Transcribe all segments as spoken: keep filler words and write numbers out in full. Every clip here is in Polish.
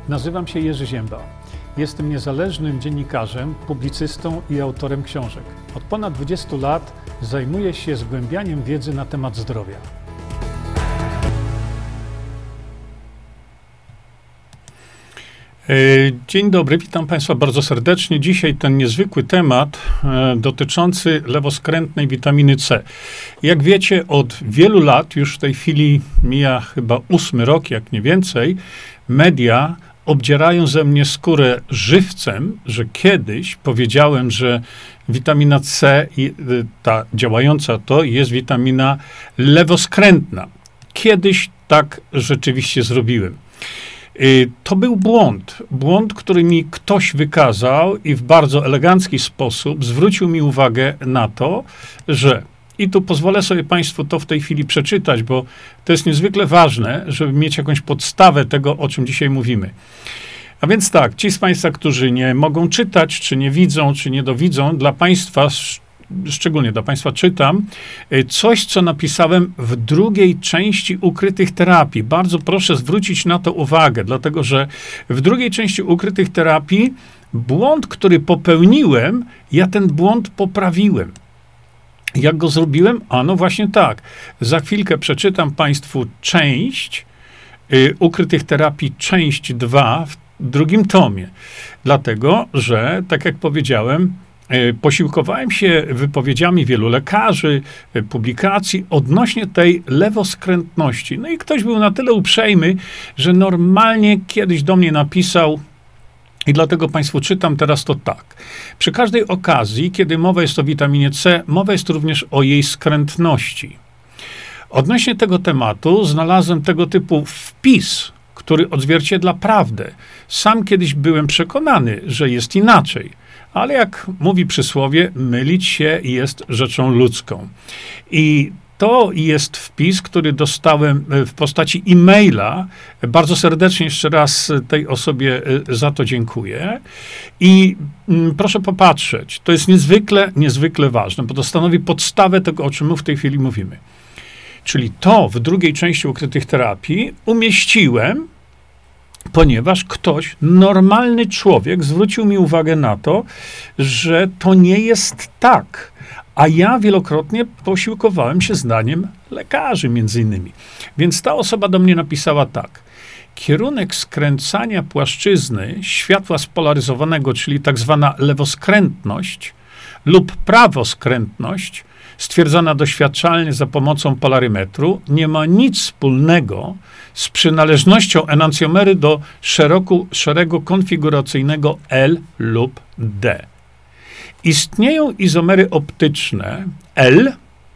Nazywam się Jerzy Ziemba. Jestem niezależnym dziennikarzem, publicystą i autorem książek. Od ponad dwudziestu lat zajmuję się zgłębianiem wiedzy na temat zdrowia. Dzień dobry, witam Państwa bardzo serdecznie. Dzisiaj ten niezwykły temat e, dotyczący lewoskrętnej witaminy C. Jak wiecie, od wielu lat, już w tej chwili mija chyba ósmy rok, jak nie więcej, media obdzierają ze mnie skórę żywcem, że kiedyś powiedziałem, że witamina C, i, ta działająca to jest witamina lewoskrętna. Kiedyś tak rzeczywiście zrobiłem. To był błąd. Błąd, który mi ktoś wykazał i w bardzo elegancki sposób zwrócił mi uwagę na to, że, i tu pozwolę sobie Państwu to w tej chwili przeczytać, bo to jest niezwykle ważne, żeby mieć jakąś podstawę tego, o czym dzisiaj mówimy. A więc tak, ci z Państwa, którzy nie mogą czytać, czy nie widzą, czy nie dowidzą, dla Państwa, szczególnie dla Państwa czytam, coś, co napisałem w drugiej części ukrytych terapii. Bardzo proszę zwrócić na to uwagę, dlatego że w drugiej części ukrytych terapii błąd, który popełniłem, ja ten błąd poprawiłem. Jak go zrobiłem? A no właśnie tak. Za chwilkę przeczytam Państwu część y, ukrytych terapii, część dwa w drugim tomie. Dlatego, że tak jak powiedziałem, posiłkowałem się wypowiedziami wielu lekarzy, publikacji odnośnie tej lewoskrętności. No i ktoś był na tyle uprzejmy, że normalnie kiedyś do mnie napisał, i dlatego Państwu czytam teraz to tak. Przy każdej okazji, kiedy mowa jest o witaminie C, mowa jest również o jej skrętności. Odnośnie tego tematu znalazłem tego typu wpis, który odzwierciedla prawdę. Sam kiedyś byłem przekonany, że jest inaczej. Ale jak mówi przysłowie, mylić się jest rzeczą ludzką. I to jest wpis, który dostałem w postaci e-maila. Bardzo serdecznie jeszcze raz tej osobie za to dziękuję. I proszę popatrzeć, to jest niezwykle, niezwykle ważne, bo to stanowi podstawę tego, o czym my w tej chwili mówimy. Czyli to w drugiej części ukrytych terapii umieściłem, ponieważ ktoś, normalny człowiek, zwrócił mi uwagę na to, że to nie jest tak. A ja wielokrotnie posiłkowałem się zdaniem lekarzy między innymi. Więc ta osoba do mnie napisała tak. Kierunek skręcania płaszczyzny światła spolaryzowanego, czyli tak zwana lewoskrętność lub prawoskrętność, stwierdzona doświadczalnie za pomocą polarymetru, nie ma nic wspólnego z przynależnością enancjomery do szeroku, szeregu konfiguracyjnego L lub D. Istnieją izomery optyczne L,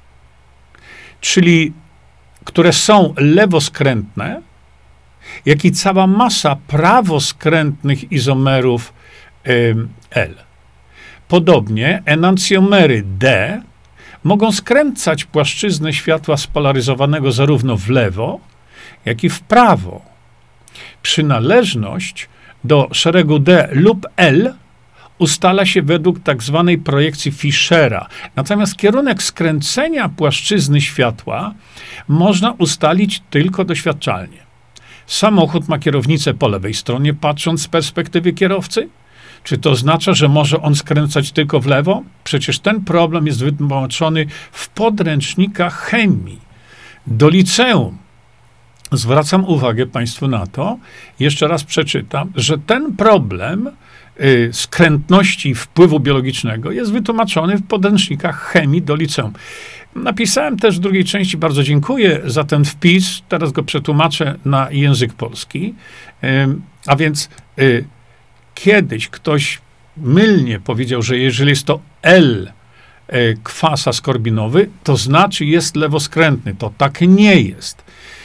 czyli które są lewoskrętne, jak i cała masa prawoskrętnych izomerów y, L. Podobnie enancjomery D mogą skręcać płaszczyznę światła spolaryzowanego zarówno w lewo, jak i w prawo. Przynależność do szeregu D lub L ustala się według tak zwanej projekcji Fischera. Natomiast kierunek skręcenia płaszczyzny światła można ustalić tylko doświadczalnie. Samochód ma kierownicę po lewej stronie, patrząc z perspektywy kierowcy? Czy to oznacza, że może on skręcać tylko w lewo? Przecież ten problem jest wytłumaczony w podręcznikach chemii. Do liceum. Zwracam uwagę Państwu na to, jeszcze raz przeczytam, że ten problem y, skrętności wpływu biologicznego jest wytłumaczony w podręcznikach chemii do liceum. Napisałem też w drugiej części, bardzo dziękuję za ten wpis, teraz go przetłumaczę na język polski, y, a więc y, kiedyś ktoś mylnie powiedział, że jeżeli jest to L y, kwas askorbinowy, to znaczy jest lewoskrętny. To tak nie jest.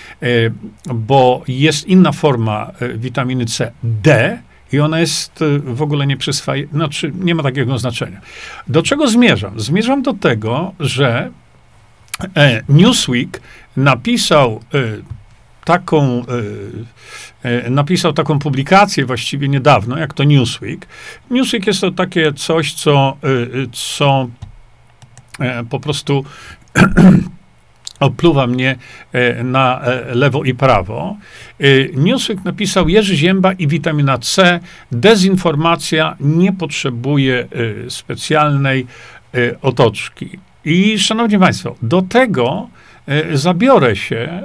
Bo jest inna forma witaminy C, D, i ona jest w ogóle nie przyswaja, znaczy nie ma takiego znaczenia. Do czego zmierzam? Zmierzam do tego, że Newsweek napisał taką, napisał taką publikację właściwie niedawno, jak to Newsweek. Newsweek jest to takie coś, co, co po prostu opluwa mnie na lewo i prawo. Newsweek napisał: Jerzy Zięba i witamina C. Dezinformacja nie potrzebuje specjalnej otoczki. I szanowni państwo, do tego zabiorę się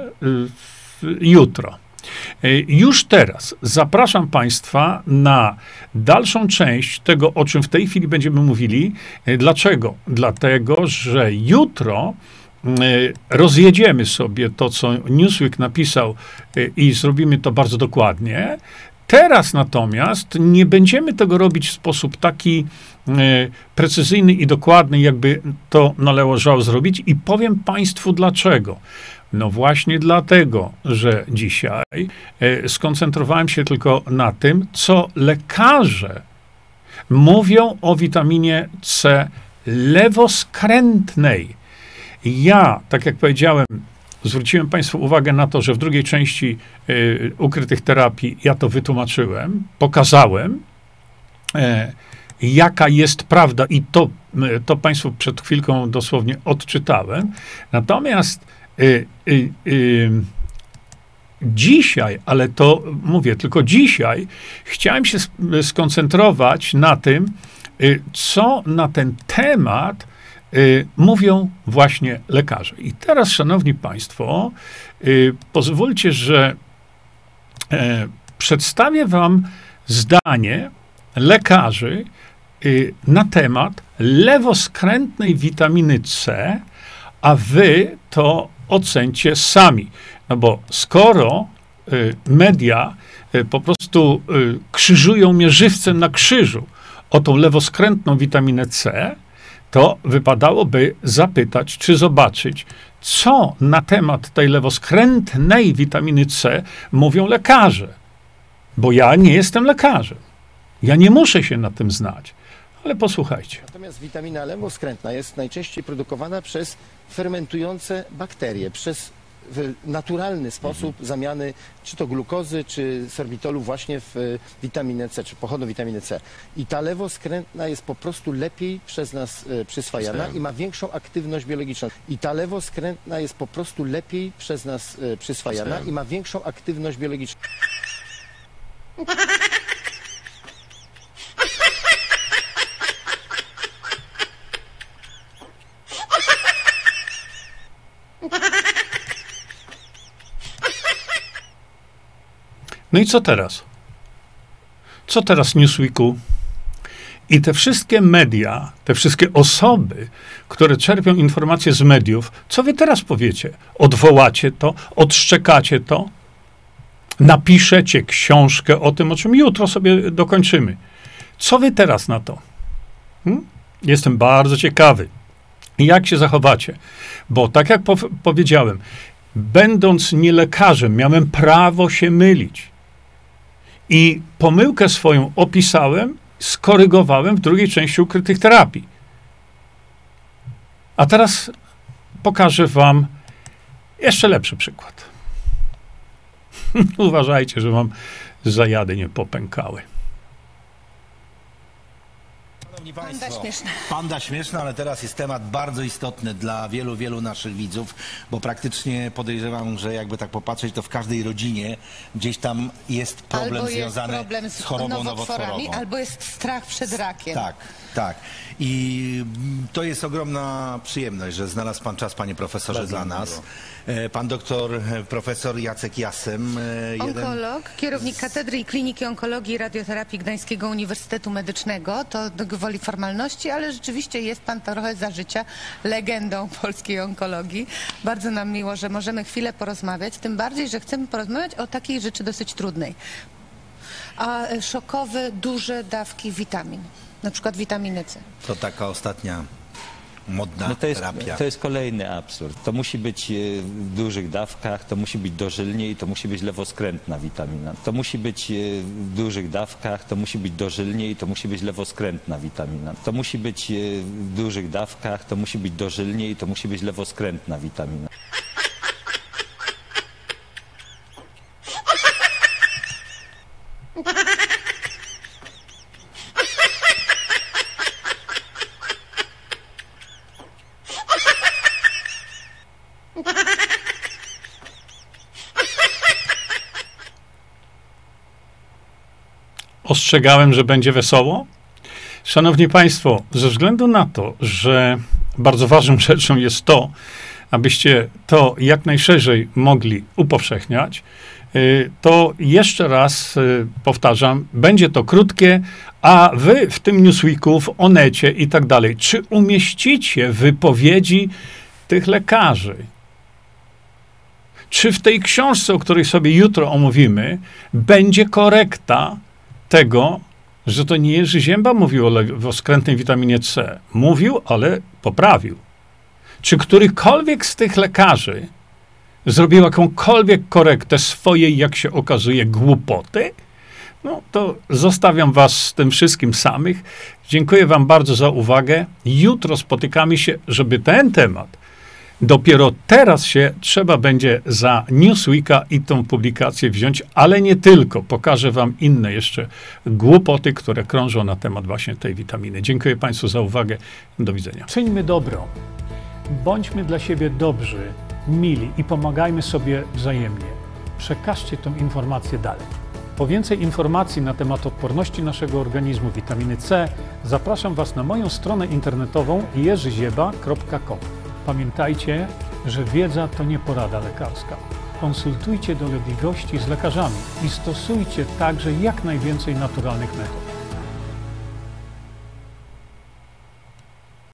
jutro. Już teraz zapraszam państwa na dalszą część tego, o czym w tej chwili będziemy mówili. Dlaczego? Dlatego, że jutro rozjedziemy sobie to, co Newsweek napisał i zrobimy to bardzo dokładnie. Teraz natomiast nie będziemy tego robić w sposób taki precyzyjny i dokładny, jakby to należało zrobić, i powiem państwu dlaczego. No właśnie dlatego, że dzisiaj skoncentrowałem się tylko na tym, co lekarze mówią o witaminie C lewoskrętnej. Ja, tak jak powiedziałem, zwróciłem państwu uwagę na to, że w drugiej części y, ukrytych terapii ja to wytłumaczyłem, pokazałem, e, jaka jest prawda, i to, to państwu przed chwilką dosłownie odczytałem. Natomiast y, y, y, dzisiaj, ale to mówię tylko dzisiaj, chciałem się skoncentrować na tym, y, co na ten temat y, mówią właśnie lekarze. I teraz, szanowni państwo, y, pozwólcie, że y, przedstawię wam zdanie lekarzy y, na temat lewoskrętnej witaminy C, a wy to ocencie sami. No bo skoro y, media y, po prostu y, krzyżują mnie żywcem na krzyżu o tą lewoskrętną witaminę C, to wypadałoby zapytać, czy zobaczyć, co na temat tej lewoskrętnej witaminy C mówią lekarze. Bo ja nie jestem lekarzem. Ja nie muszę się na tym znać. Ale posłuchajcie. Natomiast witamina lewoskrętna jest najczęściej produkowana przez fermentujące bakterie, przez w naturalny sposób zamiany czy to glukozy, czy sorbitolu właśnie w witaminę C, czy pochodną witaminy C. I ta lewoskrętna jest po prostu lepiej przez nas e, przyswajana i ma większą aktywność biologiczną. I ta lewoskrętna jest po prostu lepiej przez nas e, przyswajana i ma większą aktywność biologiczną. No i co teraz? Co teraz, Newsweeku? I te wszystkie media, te wszystkie osoby, które czerpią informacje z mediów, co wy teraz powiecie? Odwołacie to? Odszczekacie to? Napiszecie książkę o tym, o czym jutro sobie dokończymy. Co wy teraz na to? Hmm? Jestem bardzo ciekawy, jak się zachowacie. Bo tak jak po powiedziałem, będąc nie lekarzem, miałem prawo się mylić. I pomyłkę swoją opisałem, skorygowałem w drugiej części ukrytych terapii. A teraz pokażę wam jeszcze lepszy przykład. Uważajcie, że wam zajady nie popękały. Panda śmieszna. Panda śmieszna, ale teraz jest temat bardzo istotny dla wielu, wielu naszych widzów, bo praktycznie podejrzewam, że jakby tak popatrzeć, to w każdej rodzinie gdzieś tam jest problem albo związany jest problem z, z chorobą nowotworową. Albo jest strach przed rakiem. Tak, tak. I to jest ogromna przyjemność, że znalazł pan czas, panie profesorze, bardzo dla nas. Miło. Pan doktor, profesor Jacek Jasem. Onkolog, jeden... kierownik Katedry i Kliniki Onkologii i Radioterapii Gdańskiego Uniwersytetu Medycznego. To do gwoli formalności, ale rzeczywiście jest pan trochę za życia legendą polskiej onkologii. Bardzo nam miło, że możemy chwilę porozmawiać, tym bardziej, że chcemy porozmawiać o takiej rzeczy dosyć trudnej. A szokowe, duże dawki witamin, na przykład witaminy C. To taka ostatnia modna no to jest, terapia. To jest kolejny absurd. To musi być w dużych dawkach, to musi być dożylnie i to musi być lewoskrętna witamina. To musi być w dużych dawkach, to musi być dożylnie i to musi być lewoskrętna witamina. To musi być w dużych dawkach, to musi być dożylnie i to musi być lewoskrętna witamina. Ha ha ha! ostrzegałem, że będzie wesoło? Szanowni Państwo, ze względu na to, że bardzo ważną rzeczą jest to, abyście to jak najszerzej mogli upowszechniać, to jeszcze raz powtarzam, będzie to krótkie, a wy w tym Newsweeku, w Onecie i tak dalej, czy umieścicie wypowiedzi tych lekarzy? Czy w tej książce, o której sobie jutro omówimy, będzie korekta tego, że to nie Jerzy Zięba mówił o, o skrętnej witaminie C. Mówił, ale poprawił. Czy którykolwiek z tych lekarzy zrobił jakąkolwiek korektę swojej, jak się okazuje, głupoty? No to zostawiam was z tym wszystkim samych. Dziękuję wam bardzo za uwagę. Jutro spotykamy się, żeby ten temat dopiero teraz się trzeba będzie za Newsweeka i tą publikację wziąć, ale nie tylko. Pokażę wam inne jeszcze głupoty, które krążą na temat właśnie tej witaminy. Dziękuję Państwu za uwagę. Do widzenia. Czyńmy dobro. Bądźmy dla siebie dobrzy, mili i pomagajmy sobie wzajemnie. Przekażcie tę informację dalej. Po więcej informacji na temat odporności naszego organizmu witaminy C zapraszam Was na moją stronę internetową jerzy zieba kropka com. Pamiętajcie, że wiedza to nie porada lekarska. Konsultujcie dolegliwości z lekarzami i stosujcie także jak najwięcej naturalnych metod.